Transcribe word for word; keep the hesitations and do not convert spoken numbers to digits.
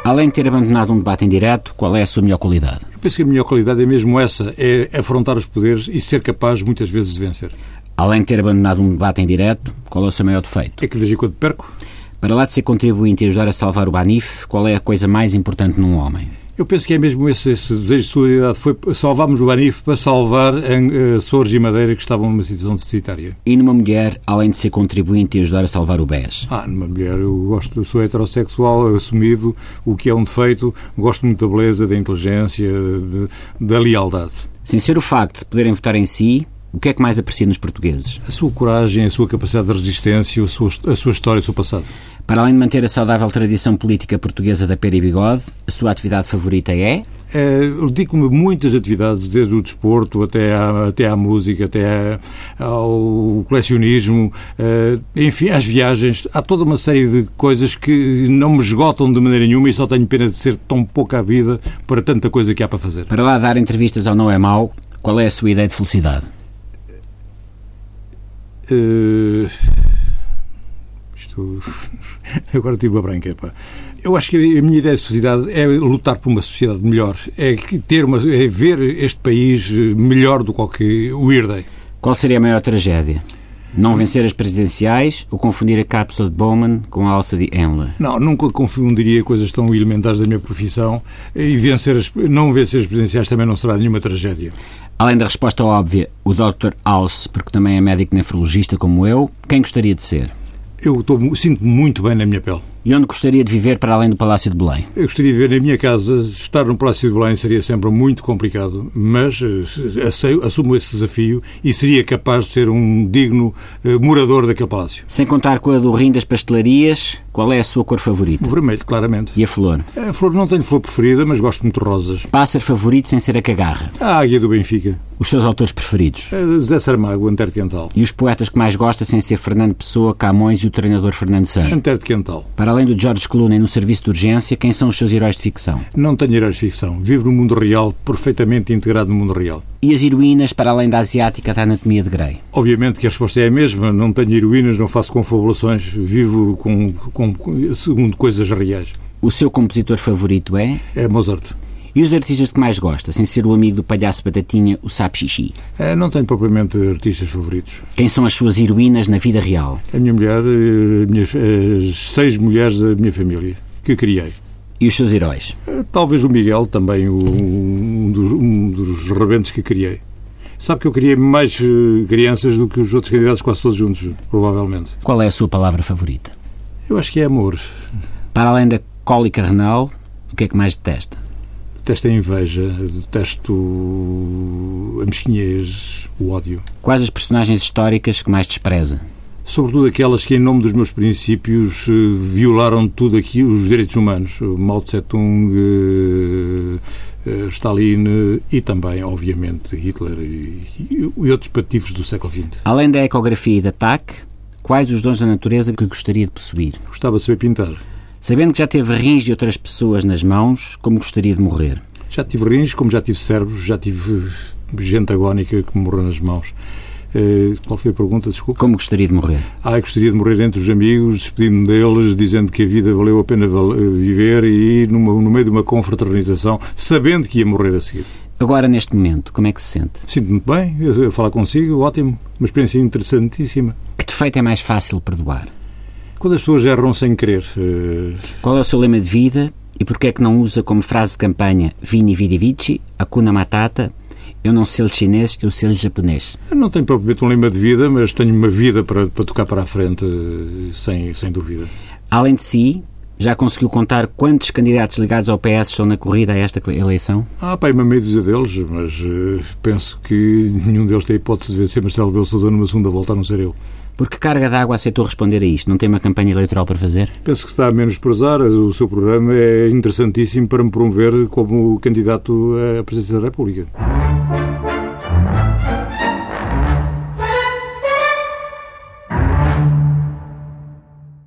Além de ter abandonado um debate em direto, qual é a sua melhor qualidade? Eu penso que a melhor qualidade é mesmo essa, é afrontar os poderes e ser capaz, muitas vezes, de vencer. Além de ter abandonado um debate em direto, qual é o seu maior defeito? É que de vez em quando perco. Para lá de ser contribuinte e ajudar a salvar o Banif, qual é a coisa mais importante num homem? Eu penso que é mesmo esse, esse desejo de solidariedade. Foi salvarmos o Banif para salvar Açores e Madeira, que estavam numa situação deficitária. E numa mulher, além de ser contribuinte e ajudar a salvar o B E S? Ah, numa mulher, eu gosto, eu sou heterossexual, assumido, o que é um defeito, gosto muito da beleza, da inteligência, de, da lealdade. Sem ser o facto de poderem votar em si, o que é que mais aprecia nos portugueses? A sua coragem, a sua capacidade de resistência, a sua, a sua história, o seu passado. Para além de manter a saudável tradição política portuguesa da pera e bigode, a sua atividade favorita é? É, eu dedico-me a muitas atividades, desde o desporto até à, até à música, até à, ao colecionismo, é, enfim, às viagens. Há toda uma série de coisas que não me esgotam de maneira nenhuma e só tenho pena de ser tão pouca a vida para tanta coisa que há para fazer. Para lá dar entrevistas ao Não é Mau, qual é a sua ideia de felicidade? Uh, isto agora tive uma branca, pá. Eu acho que a minha ideia de sociedade é lutar por uma sociedade melhor, é ter uma, é ver este país melhor do que o herdei. Qual seria a maior tragédia? Não vencer as presidenciais ou confundir a cápsula de Bowman com a alça de Henle? Não, nunca confundiria coisas tão elementares da minha profissão, e vencer as, não vencer as presidenciais também não será nenhuma tragédia. Além da resposta óbvia, o doutor House, porque também é médico nefrologista como eu, quem gostaria de ser? Eu estou, sinto-me muito bem na minha pele. E onde gostaria de viver para além do Palácio de Belém? Eu gostaria de viver na minha casa. Estar no Palácio de Belém seria sempre muito complicado, mas assumo esse desafio e seria capaz de ser um digno morador daquele palácio. Sem contar com a do Rim das pastelarias, qual é a sua cor favorita? O vermelho, claramente. E a flor? A flor, não tenho flor preferida, mas gosto muito de rosas. Pássaro favorito sem ser a cagarra? A águia do Benfica. Os seus autores preferidos? Zé Saramago, Antero de Quental. E os poetas que mais gosta sem ser Fernando Pessoa, Camões e o treinador Fernando Santos? Antero de Quental. Para além do George Clooney no serviço de urgência, quem são os seus heróis de ficção? Não tenho heróis de ficção. Vivo no mundo real, perfeitamente integrado no mundo real. E as heroínas, para além da asiática, da Anatomia de Grey? Obviamente que a resposta é a mesma. Não tenho heroínas, não faço confabulações. Vivo com, com, segundo coisas reais. O seu compositor favorito é? É Mozart. E os artistas que mais gosta, sem ser o amigo do palhaço Batatinha, o Sapo Xixi? É, não tenho propriamente artistas favoritos. Quem são as suas heroínas na vida real? A minha mulher, as, minhas, as seis mulheres da minha família, que criei. E os seus heróis? Talvez o Miguel, também um dos, um dos rebentos que criei. Sabe que eu criei mais crianças do que os outros candidatos, quase todos juntos, provavelmente. Qual é a sua palavra favorita? Eu acho que é amor. Para além da cólica renal, o que é que mais detesta? Detesto a inveja, detesto a mesquinhez, o ódio. Quais as personagens históricas que mais despreza? Sobretudo aquelas que, em nome dos meus princípios, violaram tudo aqui, os direitos humanos. Mao Tse-tung, Stalin e também, obviamente, Hitler e, e outros patifes do século vinte. Além da ecografia e da T A C, quais os dons da natureza que gostaria de possuir? Gostava de saber pintar. Sabendo que já teve rins de outras pessoas nas mãos, como gostaria de morrer? Já tive rins, como já tive cérebros, já tive gente agónica que me morreu nas mãos. Uh, qual foi a pergunta? Desculpa. Como gostaria de morrer? Ah, eu gostaria de morrer entre os amigos, despedir-me deles, dizendo que a vida valeu a pena viver e ir numa, no meio de uma confraternização, sabendo que ia morrer a seguir. Agora, neste momento, como é que se sente? Sinto-me muito bem, eu, eu falar consigo, ótimo, uma experiência interessantíssima. Que defeito é mais fácil perdoar? Quando as pessoas erram sem querer. Uh... Qual é o seu lema de vida e porquê é que não usa como frase de campanha Vini Vidi Vici, Hakuna Matata, eu não sei chinês, eu sei japonês? Eu não tenho propriamente um lema de vida, mas tenho uma vida para, para tocar para a frente, sem, sem dúvida. Além de si, já conseguiu contar quantos candidatos ligados ao P S estão na corrida a esta eleição? Ah, pá, uma meia dúzia deles, mas uh, penso que nenhum deles tem hipótese de vencer Marcelo Rebelo de Sousa numa segunda volta, a não ser eu. Por que carga d'água aceitou responder a isto? Não tem uma campanha eleitoral para fazer? Penso que está a menos prezar. O seu programa é interessantíssimo para me promover como candidato à presidência da República.